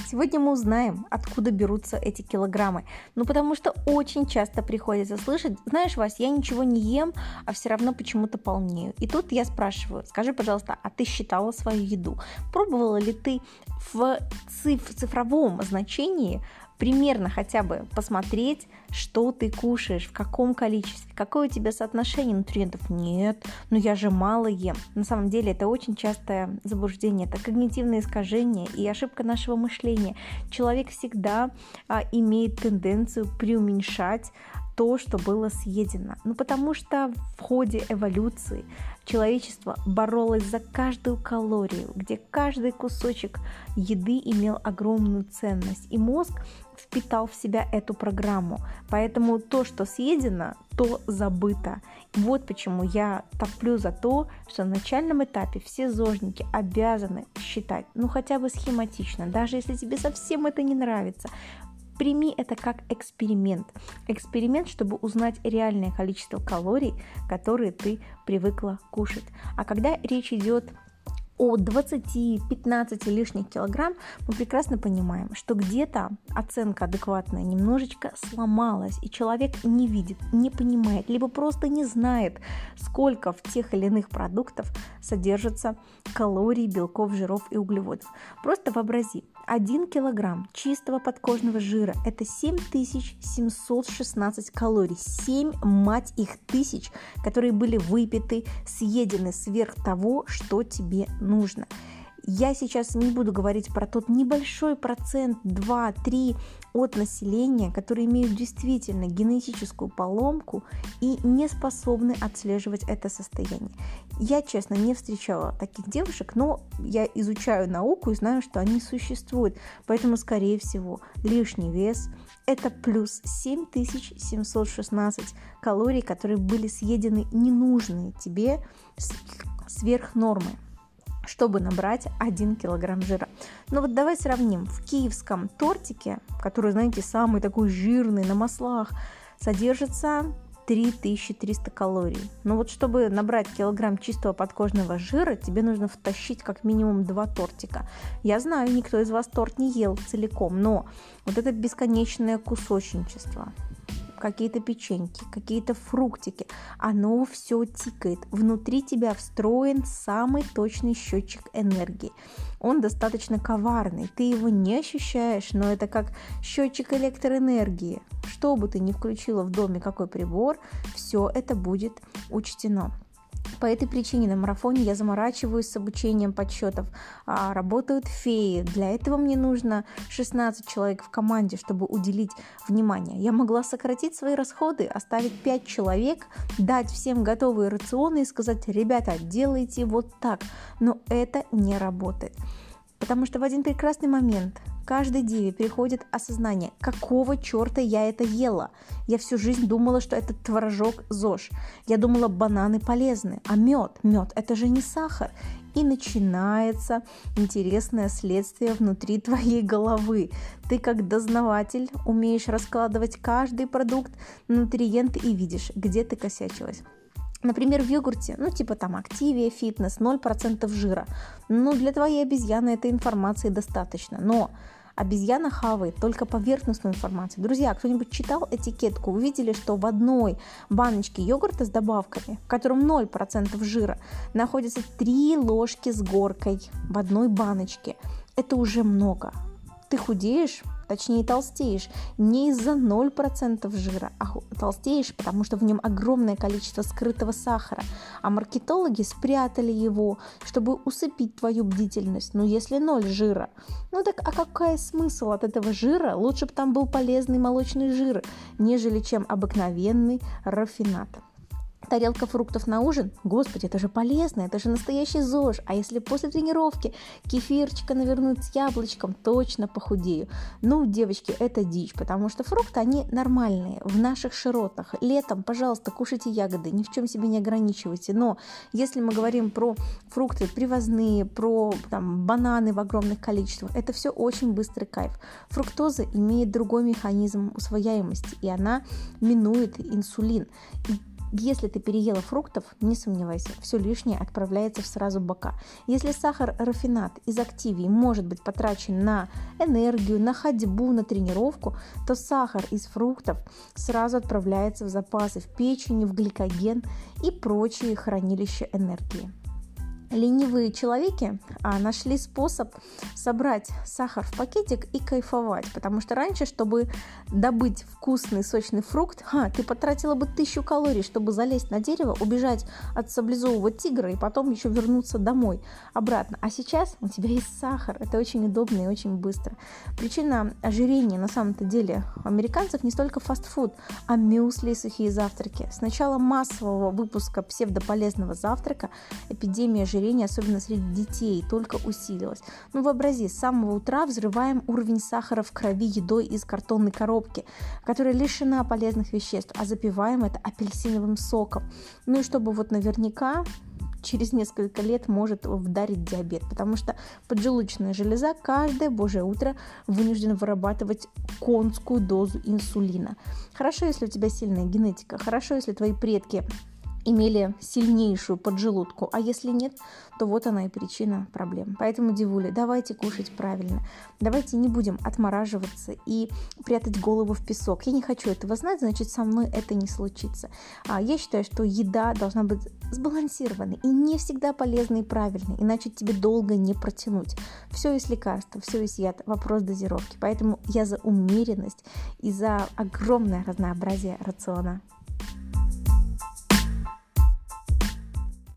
Сегодня мы узнаем, откуда берутся эти килограммы. Потому что очень часто приходится слышать: знаешь, Вась, я ничего не ем, а все равно почему-то полнею. И тут я спрашиваю: скажи, пожалуйста, а ты считала свою еду? Пробовала ли ты в цифровом значении примерно хотя бы посмотреть, что ты кушаешь, в каком количестве, какое у тебя соотношение нутриентов? Нет, я же мало ем. На самом деле это очень частое заблуждение, это когнитивное искажение и ошибка нашего мышления. Человек всегда имеет тенденцию преуменьшать то, что было съедено. Потому что в ходе эволюции человечество боролось за каждую калорию, где каждый кусочек еды имел огромную ценность, и мозг впитал в себя эту программу. Поэтому то, что съедено, то забыто. Вот почему я топлю за то, что на начальном этапе все зожники обязаны считать, хотя бы схематично, даже если тебе совсем это не нравится. Прими это как эксперимент. Эксперимент, чтобы узнать реальное количество калорий, которые ты привыкла кушать. А когда речь идет о 20-15 лишних килограмм, мы прекрасно понимаем, что где-то оценка адекватная немножечко сломалась, и человек не видит, не понимает, либо просто не знает, сколько в тех или иных продуктах содержится калорий, белков, жиров и углеводов. Просто вообрази, 1 килограмм чистого подкожного жира – это 7716 калорий, 7, мать их, тысяч, которые были выпиты, съедены сверх того, что тебе нужно. Я сейчас не буду говорить про тот небольшой процент, 2-3 от населения, которые имеют действительно генетическую поломку и не способны отслеживать это состояние. Я, честно, не встречала таких девушек, но я изучаю науку и знаю, что они существуют. Поэтому, скорее всего, лишний вес – это плюс 7716 калорий, которые были съедены ненужные тебе сверх нормы, чтобы набрать 1 килограмм жира. Давай сравним. В киевском тортике, который, знаете, самый такой жирный, на маслах, содержится 3300 калорий. Чтобы набрать килограмм чистого подкожного жира, тебе нужно втащить как минимум 2 тортика. Я знаю, никто из вас торт не ел целиком, но это бесконечное кусочничество, какие-то печеньки, какие-то фруктики, оно все тикает. Внутри тебя встроен самый точный счетчик энергии. Он достаточно коварный, ты его не ощущаешь, но это как счетчик электроэнергии. Что бы ты ни включила в доме, какой прибор, все это будет учтено. По этой причине на марафоне я заморачиваюсь с обучением подсчетов. Работают феи. Для этого мне нужно 16 человек в команде, чтобы уделить внимание. Я могла сократить свои расходы, оставить 5 человек, дать всем готовые рационы и сказать: ребята, делайте вот так. Но это не работает. Потому что в один прекрасный момент каждой деве приходит осознание: какого черта я это ела? Я всю жизнь думала, что это творожок ЗОЖ. Я думала, бананы полезны, а мед это же не сахар. И начинается интересное следствие внутри твоей головы. Ты как дознаватель умеешь раскладывать каждый продукт на нутриенты и видишь, где ты косячилась. Например, в йогурте, Activia, Fitness, 0% жира. Для твоей обезьяны этой информации достаточно, но обезьяна хавает только поверхностную информацию. Друзья, кто-нибудь читал этикетку? Вы видели, что в одной баночке йогурта с добавками, в котором 0% жира, находится 3 ложки с горкой в одной баночке? Это уже много. Ты худеешь, точнее толстеешь, не из-за 0% жира, а толстеешь, потому что в нем огромное количество скрытого сахара, а маркетологи спрятали его, чтобы усыпить твою бдительность. Если 0 жира, а какой смысл от этого жира? Лучше бы там был полезный молочный жир, нежели чем обыкновенный рафинат. Тарелка фруктов на ужин? Господи, это же полезно, это же настоящий ЗОЖ. А если после тренировки кефирчика навернуть с яблочком, точно похудею. Девочки, это дичь, потому что фрукты, они нормальные, в наших широтах. Летом, пожалуйста, кушайте ягоды, ни в чем себе не ограничивайте. Но если мы говорим про фрукты привозные, про бананы в огромных количествах, это все очень быстрый кайф. Фруктоза имеет другой механизм усвояемости, и она минует инсулин. Если ты переела фруктов, не сомневайся, все лишнее отправляется в сразу бока. Если сахар-рафинат из активий может быть потрачен на энергию, на ходьбу, на тренировку, то сахар из фруктов сразу отправляется в запасы в печени, в гликоген и прочие хранилища энергии. Ленивые человеки нашли способ собрать сахар в пакетик и кайфовать, потому что раньше, чтобы добыть вкусный сочный фрукт, ты потратила бы 1000 калорий, чтобы залезть на дерево, убежать от саблезубого тигра и потом еще вернуться домой обратно. А сейчас у тебя есть сахар, это очень удобно и очень быстро. Причина ожирения на самом-то деле у американцев не столько фастфуд, а мюсли и сухие завтраки. С начала массового выпуска псевдополезного завтрака эпидемия ожирения, особенно среди детей, только усилилась. Вообрази, с самого утра взрываем уровень сахара в крови едой из картонной коробки, которая лишена полезных веществ, а запиваем это апельсиновым соком. И чтобы наверняка через несколько лет может вдарить диабет, потому что поджелудочная железа каждое божье утро вынуждена вырабатывать конскую дозу инсулина. Хорошо, если у тебя сильная генетика, хорошо, если твои предки имели сильнейшую поджелудку, а если нет, то вот она и причина проблем. Поэтому, девули, давайте кушать правильно, давайте не будем отмораживаться и прятать голову в песок. Я не хочу этого знать, значит, со мной это не случится. Я считаю, что еда должна быть сбалансированной и не всегда полезной и правильной, иначе тебе долго не протянуть. Все есть лекарство, все есть яд, вопрос дозировки. Поэтому я за умеренность и за огромное разнообразие рациона.